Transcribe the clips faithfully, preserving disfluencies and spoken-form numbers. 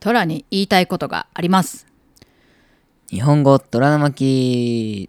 トラに言いたいことがあります。 日本語トラの巻。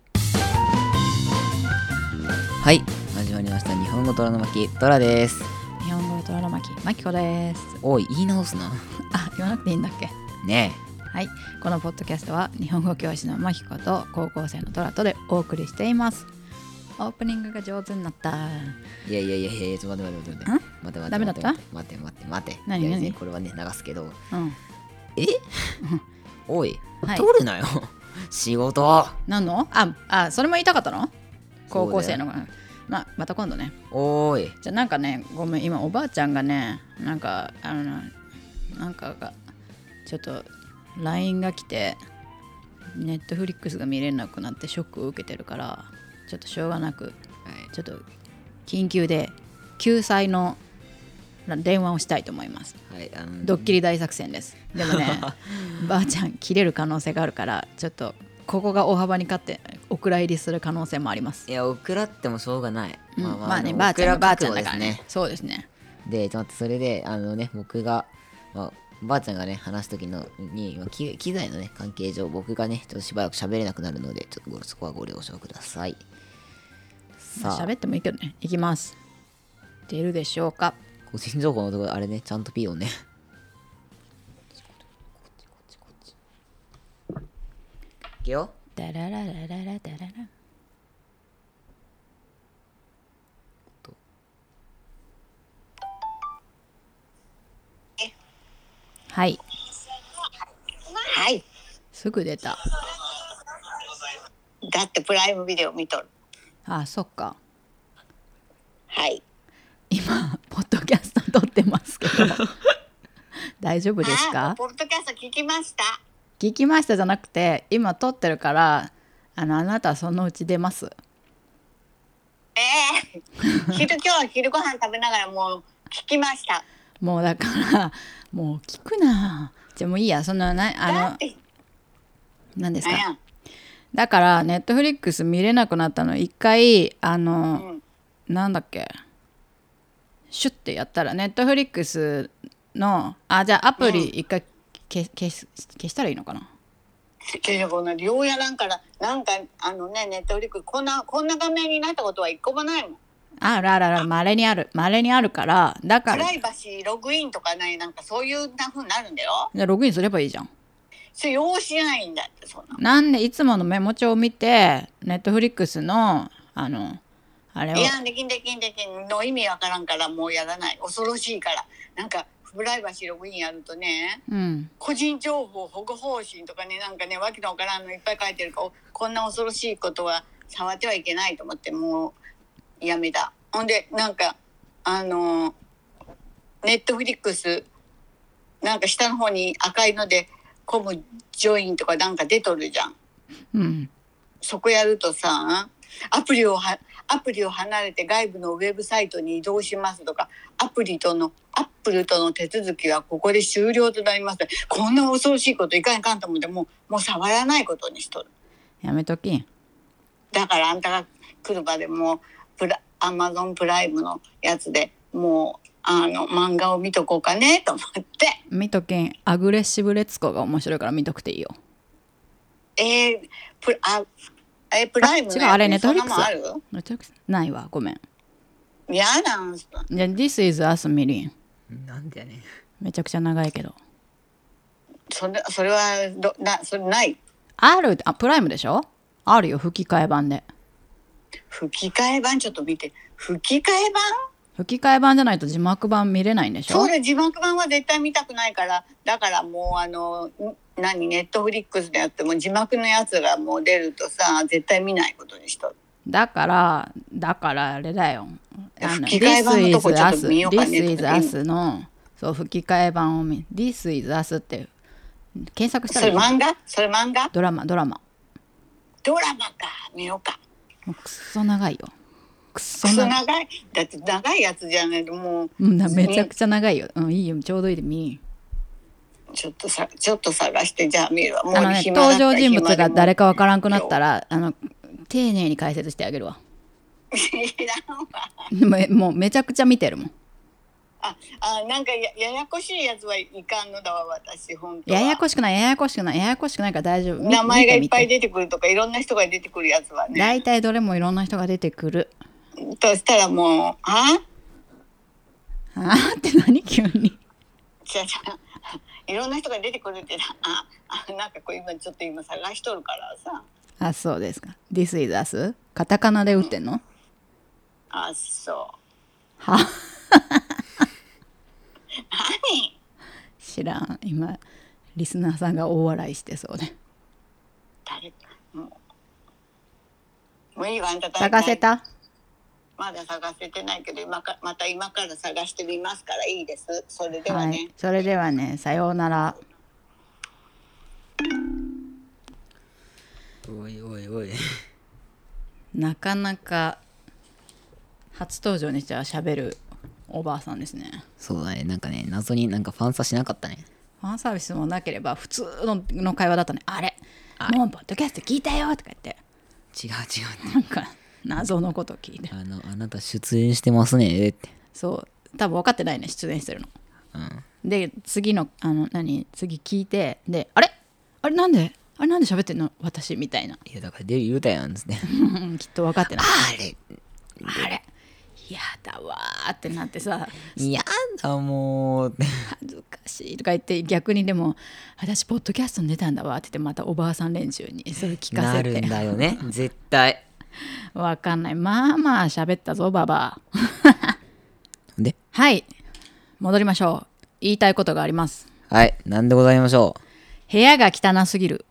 はい、始まりました。日本語トラの巻、トラです。 日本語トラの巻、マキコです。 おい、言い直すな。 あ、言わなくていいんだっけねえ。はい、このポッドキャストは日本語教師のマキコと高校生のトラとでお送りしています。オープニングが上手になった。 いやいやいやいや、ちょっと待って待って待って待って待ってダメだった待って待って待って何何いやいやこれはね流すけど、 うん、 えおい、 はい、 取るなよ仕事。 何のああそれも言いたかったの高校生のまあ、また今度ね。 おーい。 じゃあなんかね、ごめん、今おばあちゃんがね、なんかあのなんかがちょっと ライン が来て、ネットフリックスが見れなくなってショックを受けてるから、ちょっとしょうがなく、はい、ちょっと緊急で救済の電話をしたいと思います。はい、あのドッキリ大作戦です。でもね、ばあちゃん切れる可能性があるから、ちょっとここが大幅に勝ってお蔵入りする可能性もあります。 いや、お蔵ってもしょうがない。 うん、まあ、まあ、まあね、ばあちゃんがばあちゃんだからね。そうですね。 で、ちょっと待って、それで、あのね、僕が、まあ、ばあちゃんがね、話すときのに、まあ、機材のね、関係上、僕がね、ちょっとしばらく喋れなくなるので、ちょっとそこはご了承ください。 さあ、喋ってもいいけどね。いきます。出るでしょうか。 個人情報のところ、あれね、ちゃんとピーをね。いくよ。ダラララララダララ。 はい。 はい。 すぐ出た。 だってプライムビデオ見とる。 ああ、そっか。 はい。 今ポッドキャスト撮ってますけど大丈夫ですか？ ポッドキャスト聞きました。 聞きましたじゃなくて、今撮ってるから、あのあなたはそのうち出ます。 ええー、昼今日は昼ご飯食べながらもう聞きました。 もうだからもう聞くな。じゃあもういいや、そんななあの何ですか。だからネットフリックス見れなくなったの一回あの、うん、なんだっけシュッてやったらネットフリックスのあじゃあアプリ一回消、消す消したらいいのかな。 こんな両やらんからなんかあのねネットフリックスこんなこんな画面になったことは一個もないもん。 あらららまれにあるまれにあるからだからプライバシーログインとかないなんかそういうな風になるんだよ。 じゃあログインすればいいじゃん。 それ用しないんだってそんな。 なんでいつものメモ帳を見てネットフリックスのあのあれをいやできんできんできんの意味わからんからもうやらない。恐ろしいからなんかプライバシーログインやるとね、うん、個人情報保護方針とかねなんかねわけのわからんのいっぱい書いてるからこんな恐ろしいことは触ってはいけないと思ってもうやめた。ほんでなんかあのネットフリックスなんか下の方に赤いのでコムジョインとかなんか出とるじゃん、うん、そこやるとさアプリをはアプリを離れて外部のウェブサイトに移動しますとかアプリとのアップルとの手続きはここで終了となります。こんな恐ろしいこといかんいかんと思ってもう、もう触らないことにしとる。 やめとき。 だからあんたが来る場でもうプラアマゾンプライムのやつでもうあの漫画を見とこうかねと思って見とけん。アグレッシブレツコが面白いから見とくていいよ。 えー、プあえプライムのやつ違うあれネットフリックスある？ ネットフリックスないわごめん。 やだんすじゃ This is Us みりんなんでやねん。 めちゃくちゃ長いけどそれそれはどなそれないあるあプライムでしょ。あるよ吹き替え版で。 吹き替え版ちょっと見て。吹き替え版吹き替え版じゃないと字幕版見れないんでしょ。 そうだ字幕版は絶対見たくないからだからもうあの何ネットフリックスでやっても字幕のやつがもう出るとさ絶対見ないことにしとる。 だからだからあれだよあの吹き替え版のとこちょっと見ようかね。 This is Us のそう吹き替え版を見 This is Us って検索したらいい。 それ漫画それ漫画ドラマドラマドラマか見ようか。 もうくっそ長いよくっそ長いだって長いやつじゃないともう、 うん、めちゃくちゃ長いよ、うん、いいよちょうどいいで見ちょっとさちょっと探してじゃあ見るわ。もうあの、ね、登場人物が誰かわからんくなったらあの丁寧に解説してあげるわ。 知らんわもうめちゃくちゃ見てるもん。 ああなんか や, ややこしいやつはいかんのだわ私本当は。ややこしくないややこしくないややこしくないから大丈夫。 名前がいっぱい出てくるとかいろんな人が出てくるやつはね。 大体どれもいろんな人が出てくる。 としたらもうああって何急に。 じゃじゃいろんな人が出てくるってああなんかこう今ちょっと今探しとるからさ。 あそうですか。This is us? カタカナで打ってんの、うん、 あそうは何知らん。今リスナーさんが大笑いしてそうで。 誰かもうもういいわあんた探せた？ まだ探せてないけど今かまた今から探してみますからいいです。それではね、はい、 それではねさようなら。 おいおいおいなかなか初登場にしては喋るおばあさんですね。 そうだね。なんかね謎になんかファンサしなかったね。 ファンサービスもなければ普通 の, の会話だったね。あれもうポッドキャスト聞いたよとか言って。 違う違うなんか謎のこと聞いて、 あのあなた出演してますねって。 そう多分分かってないね出演してるの、うん、で次のあの何次聞いてであれあれなんであれなんで喋ってんの私みたいな。 いやだから出る言うたやんですねきっと分かってない。 あれあれやだわーってなってさやだもう恥ずかしいとか言って逆にでも私ポッドキャストに出たんだわって言ってまたおばあさん連中にそれ聞かせてなるんだよね絶対わかんない。まあまあ喋ったぞババアではい戻りましょう。言いたいことがあります。 はい何でございましょう。部屋が汚すぎる。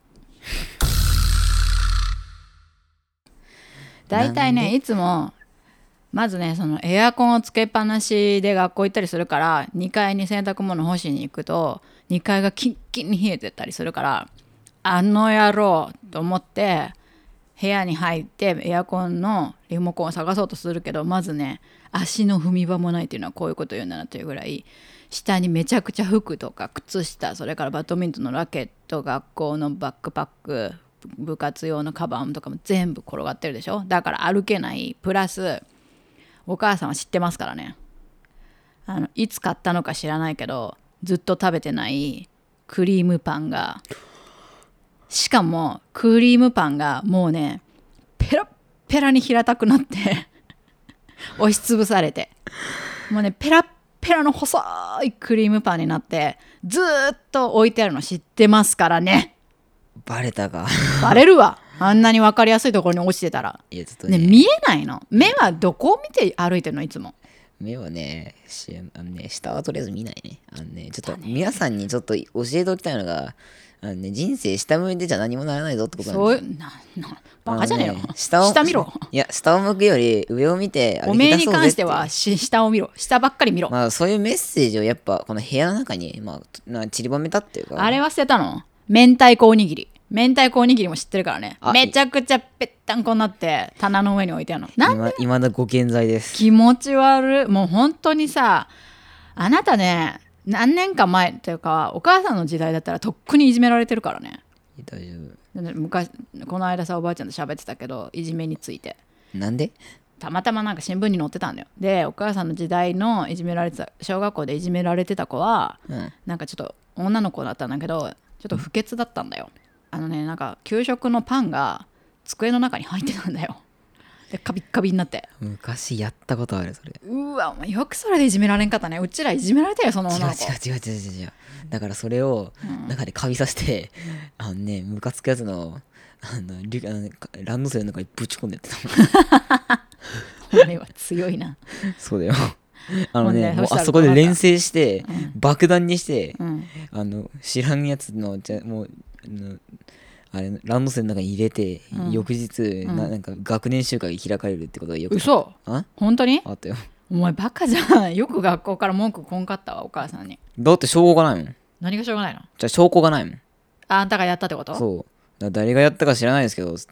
だいたいねいつもまずねそのエアコンをつけっぱなしで学校行ったりするからにかいに洗濯物干しに行くとにかいがキンキンに冷えてたりするからあの野郎と思って部屋に入ってエアコンのリモコンを探そうとするけどまずね足の踏み場もないっていうのはこういうこと言うんだなというぐらい下にめちゃくちゃ服とか靴下それからバドミントンのラケット学校のバックパック部活用のカバンとかも全部転がってるでしょ。だから歩けないプラスお母さんは知ってますからね。あのいつ買ったのか知らないけどずっと食べてないクリームパンがしかもクリームパンがもうねペラッペラに平たくなって押しつぶされてもうねペラッペラの細いクリームパンになってずっと置いてあるの知ってますからね。 バレたかバレるわあんなに分かりやすいところに落ちてたら。 いやちょっとね、 ね見えないの。目はどこを見て歩いてるのいつも。 目はねしあのね下はとりあえず見ないね。あのねちょっと皆さんにちょっと教えておきたいのがあの、ね、人生下向いてじゃ何もならないぞってことなんですよ。そういうななバカじゃねえよ、 ね、下を下見ろ。 いや下を向くより上を見ておめえに関してはし下を見ろ下ばっかり見ろ。 まあそういうメッセージをやっぱこの部屋の中に、まあ、な散りばめたっていうか。 あれは捨てたの明太子おにぎり。明太子おにぎりも知ってるからね。めちゃくちゃぺったんこになって棚の上に置いてあるの。 なんで今だご健在です。 気持ち悪い。もう本当にさあなたね何年か前というかお母さんの時代だったらとっくにいじめられてるからね。 大丈夫。昔この間さおばあちゃんと喋ってたけどいじめについて。 なんでたまたまなんか新聞に載ってたんだよ。でお母さんの時代のいじめられてた小学校でいじめられてた子は、うん、なんかちょっと女の子だったんだけどちょっと不潔だったんだよ。あのねなんか給食のパンが机の中に入ってたんだよ。でカビッカビになって。 昔やったことあるそれ。 うわお前よくそれでいじめられんかったね。うちらいじめられたよその女の子。 違う違う違う違う違う。だからそれを中でカビさせて、うん、あのねムカつくやつのあのリあのランドセルの中にぶち込んでやってた。 俺は強いな。 そうだよ。あのね、もうあそこで連成して、うん、爆弾にして、うん、あの知らんやつのじゃもうあれランドセルの中に入れて、うん、翌日、うん、な, なんか学年集会が開かれるってことがよく。 嘘？あ？本当に？ あったよ。 お前バカじゃん。よく学校から文句こんかったわお母さんに。 だって証拠がないもん。 何が証拠ないの？ じゃあ証拠がないもん。 あ, あんたがやったってこと？ そう。だ誰がやったか知らないですけどつって。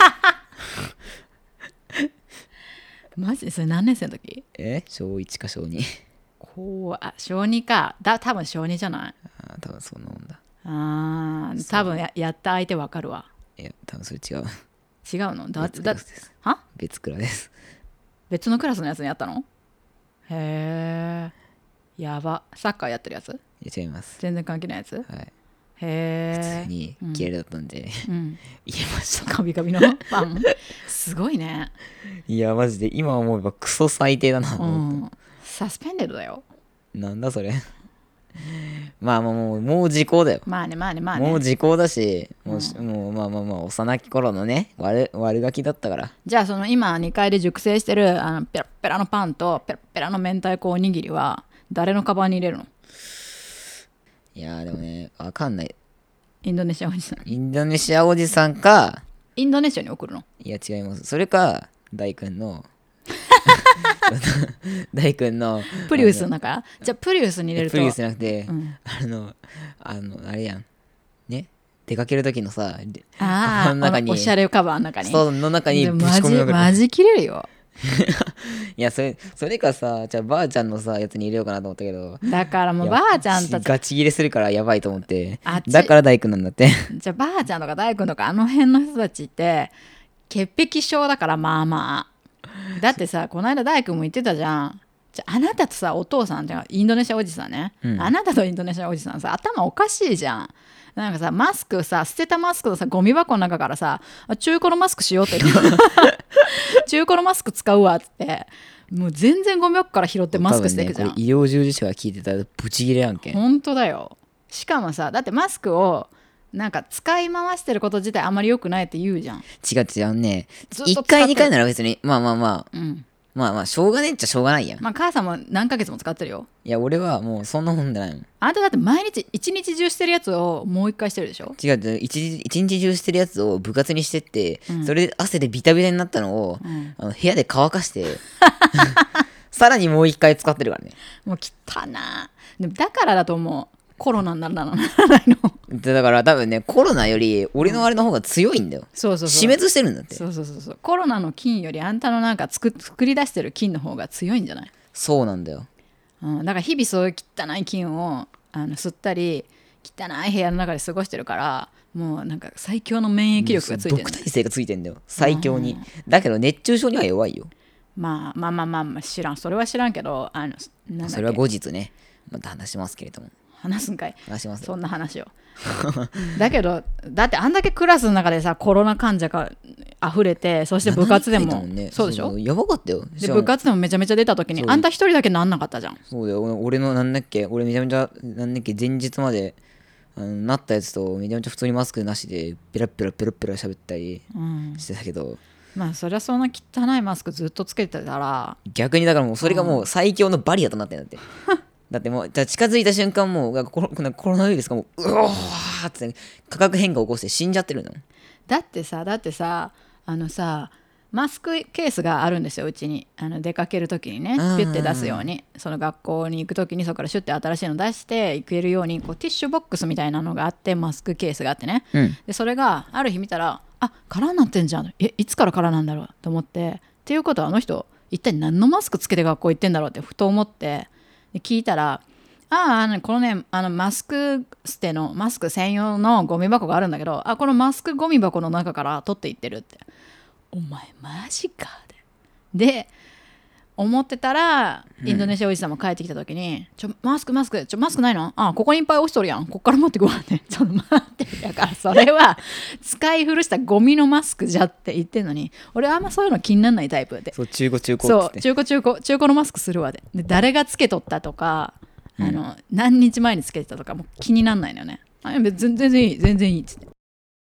マジそれ何年生の時？ え小いちか小に。 こうあ小にかだ多分小にじゃない？ あ多分そんなもんだ。 あ多分 や, やった相手わかるわ。 いや多分それ違う。 違うの？だ別クラスです。 は？ 別クラです。 別のクラスのやつにやったの？へえ。 やば。サッカーやってるやつ？ いや違います。 全然関係ないやつ？ はい。 へえ。 普通に着れるだったんで、うん、言えました。 カビカビのパンすごいね。 いやマジで今思えばクソ最低だなと思って、うん、 サスペンデッドだよ。 なんだそれまあもうもう時効だよ。 まあねまあねまあね。 もう時効だし、もう、うん、もうまあまあまあ幼き頃のね悪悪ガキだったから。 じゃあその今にかいで熟成してるあのペラペラのパンとペラペラの明太子おにぎりは誰のカバンに入れるの？ いやでもねわかんない。 インドネシアおじさん。 インドネシアおじさんか。 インドネシアに送るの？いや違います。それか大君の大君のプリウスの中。じゃあプリウスに入れると。 プリウスじゃなくて、うん、あのあのあれやんね、出かける時のさああおしゃれカバンの中にそうの中にぶち込みまくる。 マジ切れるよいやそれそれかさ、じゃあばあちゃんのさやつに入れようかなと思ったけど、 だからもうばあちゃんたちガチ切れするからやばいと思って、だから大工なんだって。 じゃあばあちゃんとか大工とかあの辺の人たちって潔癖症だから。まあまあだってさこの間大工も言ってたじゃん。じゃあ、あなたとさお父さんってインドネシアおじさんね、うん、あなたとインドネシアおじさんさ頭おかしいじゃん。なんかさマスクさ捨てたマスクをさゴミ箱の中からさ中古のマスクしようって中古のマスク使うわってもう全然ゴミ箱から拾ってマスクしていくじゃん、 ね、医療従事者が聞いてたらブチギレやんけ。 ほんとだよ。しかもさだってマスクをなんか使い回してること自体あんまり良くないって言うじゃん。 違う違うねいっかいにかいなら別にまあまあまあ、うん、まあまあしょうがねえっちゃしょうがないやん。 まあ母さんも何ヶ月も使ってるよ。 いや俺はもうそんなもんじゃないもん。 あんただって毎日一日中してるやつをもう一回してるでしょ。 違う違う一日一日中してるやつを部活にしてって、うん、それで汗でビタビタになったのを、うん、あの部屋で乾かしてさらにもう一回使ってるからね。 もう汚な。でもだからだと思うコロナにならないのだから多分ねコロナより俺のあれの方が強いんだよ、うん、 そうそうそう死滅してるんだって。 そうそうそうそうコロナの菌よりあんたのなんか作作り出してる菌の方が強いんじゃない？ そうなんだよ、 うん、だから日々そういう汚い菌をあの吸ったり汚い部屋の中で過ごしてるからもうなんか最強の免疫力がついてる、 毒耐性がついてんだよ最強に、うん、だけど熱中症には弱いよ。 まあまあまあまあ、まあ、知らんそれは知らんけどあのなんだっけそれは後日ねまた話しますけれども。 話すんかい。 話しますよそんな話をだけどだってあんだけクラスの中でさコロナ患者が溢れてそして部活でも、 ね、 そうでしょ。 やばかったよ。 で部活でもめちゃめちゃ出た時にあんた一人だけなんなかったじゃん。 そうだよ俺のなんだっけ俺めちゃめちゃなんだっけ前日まであのなったやつとめちゃめちゃ普通にマスクなしでペラペラペラペラ喋ったりしてたけど、うん、 まあそりゃそんな汚いマスクずっとつけてたら逆にだからもうそれがもう最強のバリアとなってんだってだってもう近づいた瞬間もうコロ、コロナウイルスがもううおーって化学変化を起こして死んじゃってるの。 だってさだってさあのさマスクケースがあるんですようちに。あの出かける時にねピュッて出すようにその学校に行く時にそこからシュッて新しいの出して行けるようにこうティッシュボックスみたいなのがあってマスクケースがあってね、うん、でそれがある日見たらあ空になってんじゃんえいつから空なんだろうと思ってっていうことはあの人一体何のマスクつけて学校行ってんだろうってふと思ってで聞いたらああこのねあのマスク捨てのマスク専用のゴミ箱があるんだけどあこのマスクゴミ箱の中から取っていってるってお前マジかでで思ってたらインドネシアおじさんも帰ってきた時に、うん、ちょマスクマスクちょマスクないのあここにいっぱい落ちとるやんこっから持ってくわねちょっと待ってだからそれは使い古したゴミのマスクじゃって言ってんのに俺あんまそういうの気にならないタイプでそう中古中古そう中古中古中古のマスクするわでで誰がつけとったとかあの、うん、何日前につけてたとかもう気にならないのよね。あ全然いい全然いいっつって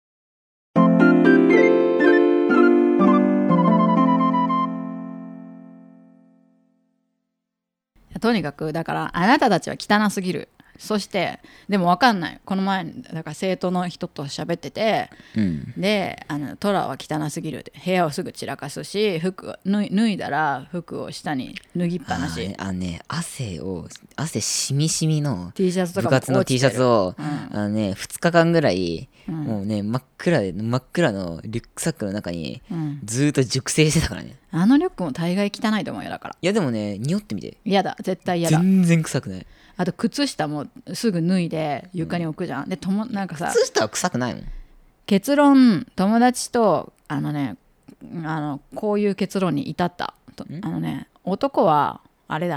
とにかくだからあなたたちは汚すぎる。そしてでも分かんないこの前だから生徒の人と喋ってて、うん、であのトラは汚すぎるって部屋をすぐ散らかすし服脱い、脱いだら服を下に脱ぎっぱなしあ、あのね汗を汗しみしみの T シャツとか部活の T シャツを、うん、あのねふつかかんぐらい、うん、もうね真っ暗で真っ暗のリュックサックの中にずっと熟成してたからね、 うん、あのリュックも大概汚いと思うよだから。 いやでもね匂ってみて嫌だ絶対嫌だ全然臭くない。 あと靴下もすぐ脱いで床に置くじゃん、うん、でともなんかさ靴下は臭くないの。 結論友達とあのねあのこういう結論に至ったあのね男はあれだ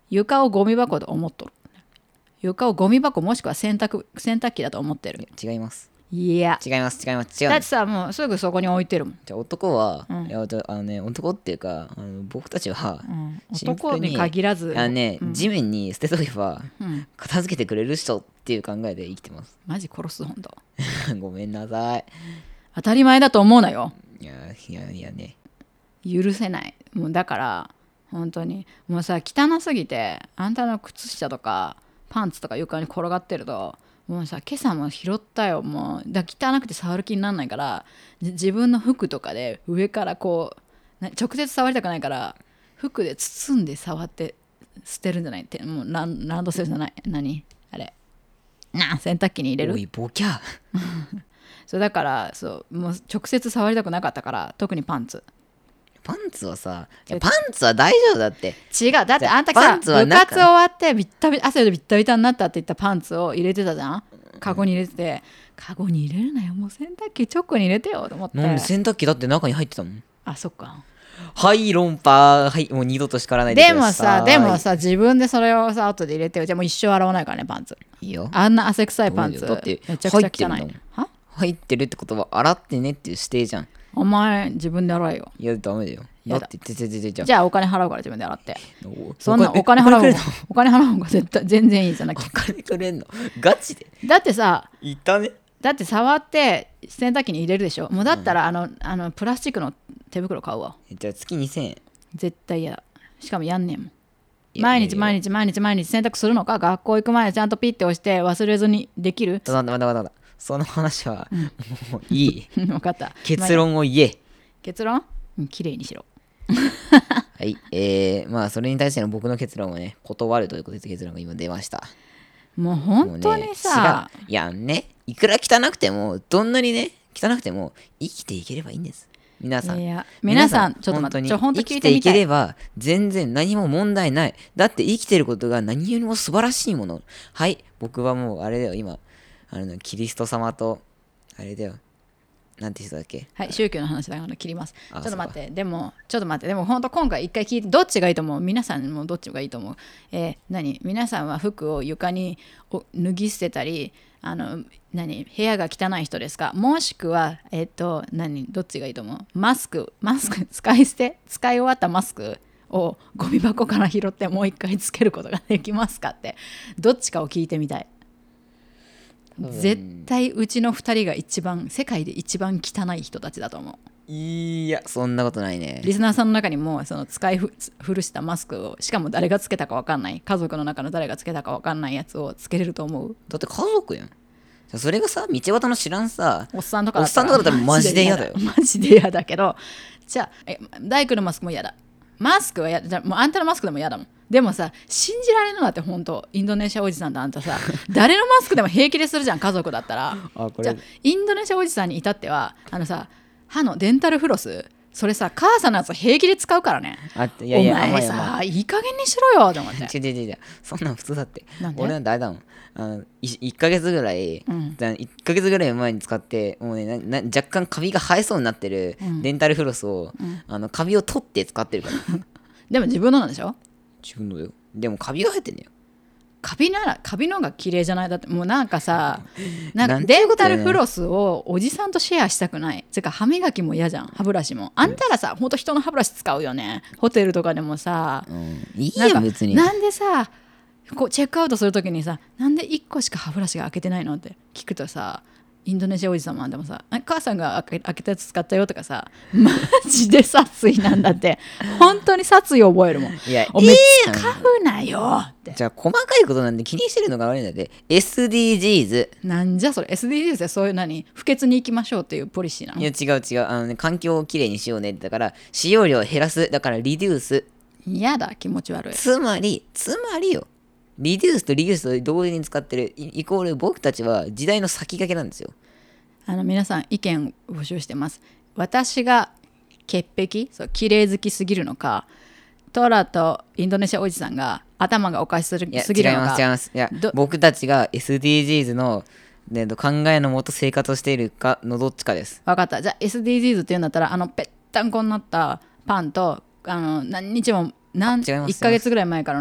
床をゴミ箱と思っとる。床をゴミ箱もしくは洗濯洗濯機だと思ってる。 違います。 いや違います違います違う。 だってさもうすぐそこに置いてるもん。 じゃあ男は、 うん、 いやあのね男っていうかあの僕たちは、 うん、男に限らずあのね、 うん、 地面に捨てとけば、うん、片付けてくれる人っていう考えで生きてます。 マジ殺すほんとごめんなさい。 当たり前だと思うなよ。 いやいやいやね許せない。もうだから本当にもうさ汚すぎてあんたの靴下とかパンツとか床に転がってるともうさ今朝も拾ったよ。もうだ汚くて触る気にならないから自分の服とかで上からこう直接触りたくないから服で包んで触って捨てるんじゃないって。もうランランドセルじゃない何あれな洗濯機に入れる。 おいボキャそうだからそうもう直接触りたくなかったから特にパンツパンツはさいやパンツは大丈夫だって。 違うだってあんたさ部活終わってビッタビ汗でビッタビタになったって言ったパンツを入れてたじゃん。カゴに入れてて、カゴに入れるなよもう洗濯機直に入れてよと思って。 なんで洗濯機だって中に入ってたもん。 あそっかはい論破はいもう二度と叱らないでください。 でもさでもさ自分でそれをさ後で入れてよ。じゃあもう一生洗わないからねパンツ。 いいよあんな汗臭いパンツだってめちゃくちゃ汚い。 は入ってるってことは洗ってねっていう指定じゃん。 お前自分で洗えよ。 いやダメだよ。だってててててじゃあお金払うから自分で洗って。そんなお金払う方がお金払う方が絶対全然いいじゃなくて。 お金くれんのガチで。 だってさいったね。 だって触って洗濯機に入れるでしょ。もうだったら、うん、あのあのプラスチックの手袋買うわ。 じゃあ月にせんえん。 絶対嫌だ。しかもやんねんもん。毎日毎日毎日毎日洗濯するのか。学校行く前ちゃんとピッて押して忘れずにできる。 まだまだまだまだその話はもういい。 分かった。 結論を言え。 結論きれいにしろ。 はいえー、まあそれに対しての僕の結論はね断るということで結論が今出ました。 もう本当にさ、 ね、いやねいくら汚くてもどんなにね汚くても生きていければいいんです。皆さんいや皆さんちょっと待ってちょ本当聞いてみたい。 生きていければ全然何も問題ない。だって生きてることが何よりも素晴らしいもの。はい僕はもうあれだよ今あのキリスト様とあれだよなんて人だっけ。 はい宗教の話だから切ります。ちょっと待ってでもちょっと待ってでも本当今回一回聞いてどっちがいいと思う。皆さんもどっちがいいと思う。えー、何皆さんは服を床に脱ぎ捨てたりあの何部屋が汚い人ですか。もしくはえっ、ー、と何どっちがいいと思う。マスクマスク使い捨て使い終わったマスクをゴミ箱から拾ってもう一回つけることができますかってどっちかを聞いてみたい。絶対うちのふたりが一番世界で一番汚い人たちだと思う。 いやそんなことないね。 リスナーさんの中にもその使い古したマスクをしかも誰がつけたか分かんない家族の中の誰がつけたか分かんないやつをつけれると思う。 だって家族やん。それがさ道端の知らんさおっさんとかだったらおっさんとかだったらマジで嫌だよ。 マジで嫌だけどじゃあえ大工のマスクも嫌だ。マスクはやじゃもうあんたのマスクでも嫌だもん。でもさ信じられるのだって本当インドネシアおじさんとあんたさ誰のマスクでも平気でするじゃん家族だったら。 あこれじゃあインドネシアおじさんに至ってはあのさ歯のデンタルフロスそれさ母さんのやつ平気で使うからね。 あいやいやお前さいい加減にしろよと思って。 違う違う違うそんなん普通だって。俺は誰だもんあの い, いっかげつぐらい、うん、いっかげつぐらい前に使ってもうねなな若干カビが生えそうになってるデンタルフロスを、うん、あのカビを取って使ってるからでも自分のなんでしょ。 自分のよ。でもカビが生えてんねよ。 カビならカビの方が綺麗じゃない。だってもうなんかさなんかデンタルフロスをおじさんとシェアしたくない。つうか歯磨きも嫌じゃん。歯ブラシもあんたらさほんと人の歯ブラシ使うよね。ホテルとかでもさ、 うん、いいよ別に。 なんでさこうチェックアウトするときにさなんでいっこしか歯ブラシが開けてないのって聞くとさインドネシアおじさんもでもさ母さんが開け、開けたやつ使ったよとかさマジで殺意なんだって本当に殺意を覚えるもん。 いやおめえ使うなよって。 じゃあ細かいことなんで気にしてるのが悪いんだって。 エスディージーズなんじゃそれ エスディージーズ でそういう何不潔に行きましょうっていうポリシーなの。 いや違う違うあの、ね、環境をきれいにしようねだから使用量を減らすだからリデュース。 嫌だ気持ち悪い。 つまりつまりよリデュースとリデュースと同時に使ってるイコール僕たちは時代の先駆けなんですよ。 あの皆さん意見を募集してます。私が潔癖そう綺麗好きすぎるのかトラとインドネシアおじさんが頭がおかしすぎるのか。 いや違います違います。いや僕たちが エスディージーズ の、ね、考えのもと生活をしているかのどっちかです。 分かった。じゃあ エスディージーズ っていうんだったらあのぺったんこになったパンとあの何日も何いっかげつぐらい前からの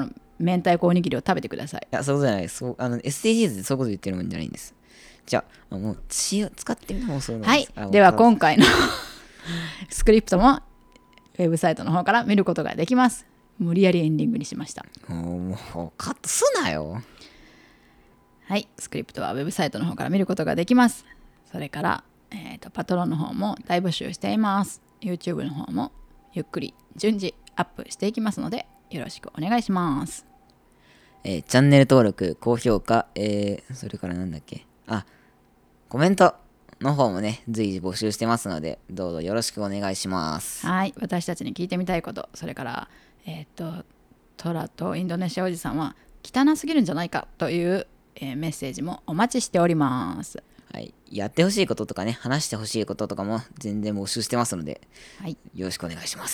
明太子おにぎりを食べてください。 いや、そういうことじゃないです。そうあの エスディージーズ でそういうこと言ってるもんじゃないんです。じゃあ、もう血を使ってみてもそうなんです。 はい、では今回のスクリプトもウェブサイトの方から見ることができます。無理やりエンディングにしました。 もうカットすなよ。 はい、スクリプトはウェブサイトの方から見ることができます。それから、えーと、パトロンの方も大募集しています。YouTube の方もゆっくり順次アップしていきますのでよろしくお願いします。 えー、チャンネル登録、高評価、えー、それからなんだっけ、あ、コメントの方もね、随時募集してますので、どうぞよろしくお願いします。 はい、私たちに聞いてみたいこと、それから、えっと、トラとインドネシアおじさんは汚すぎるんじゃないかという、えー、メッセージもお待ちしております。 はい、やってほしいこととかね、話してほしいこととかも全然募集してますので、はい、よろしくお願いします。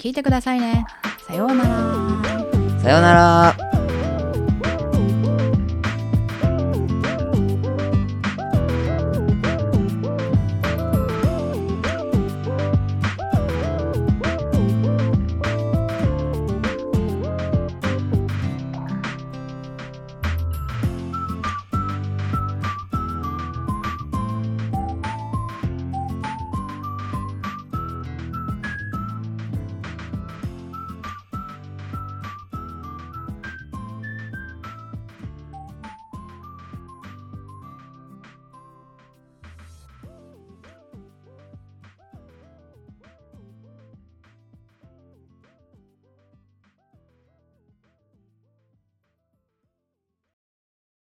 では、また次回も聞いてくださいね。さようなら。 さようなら。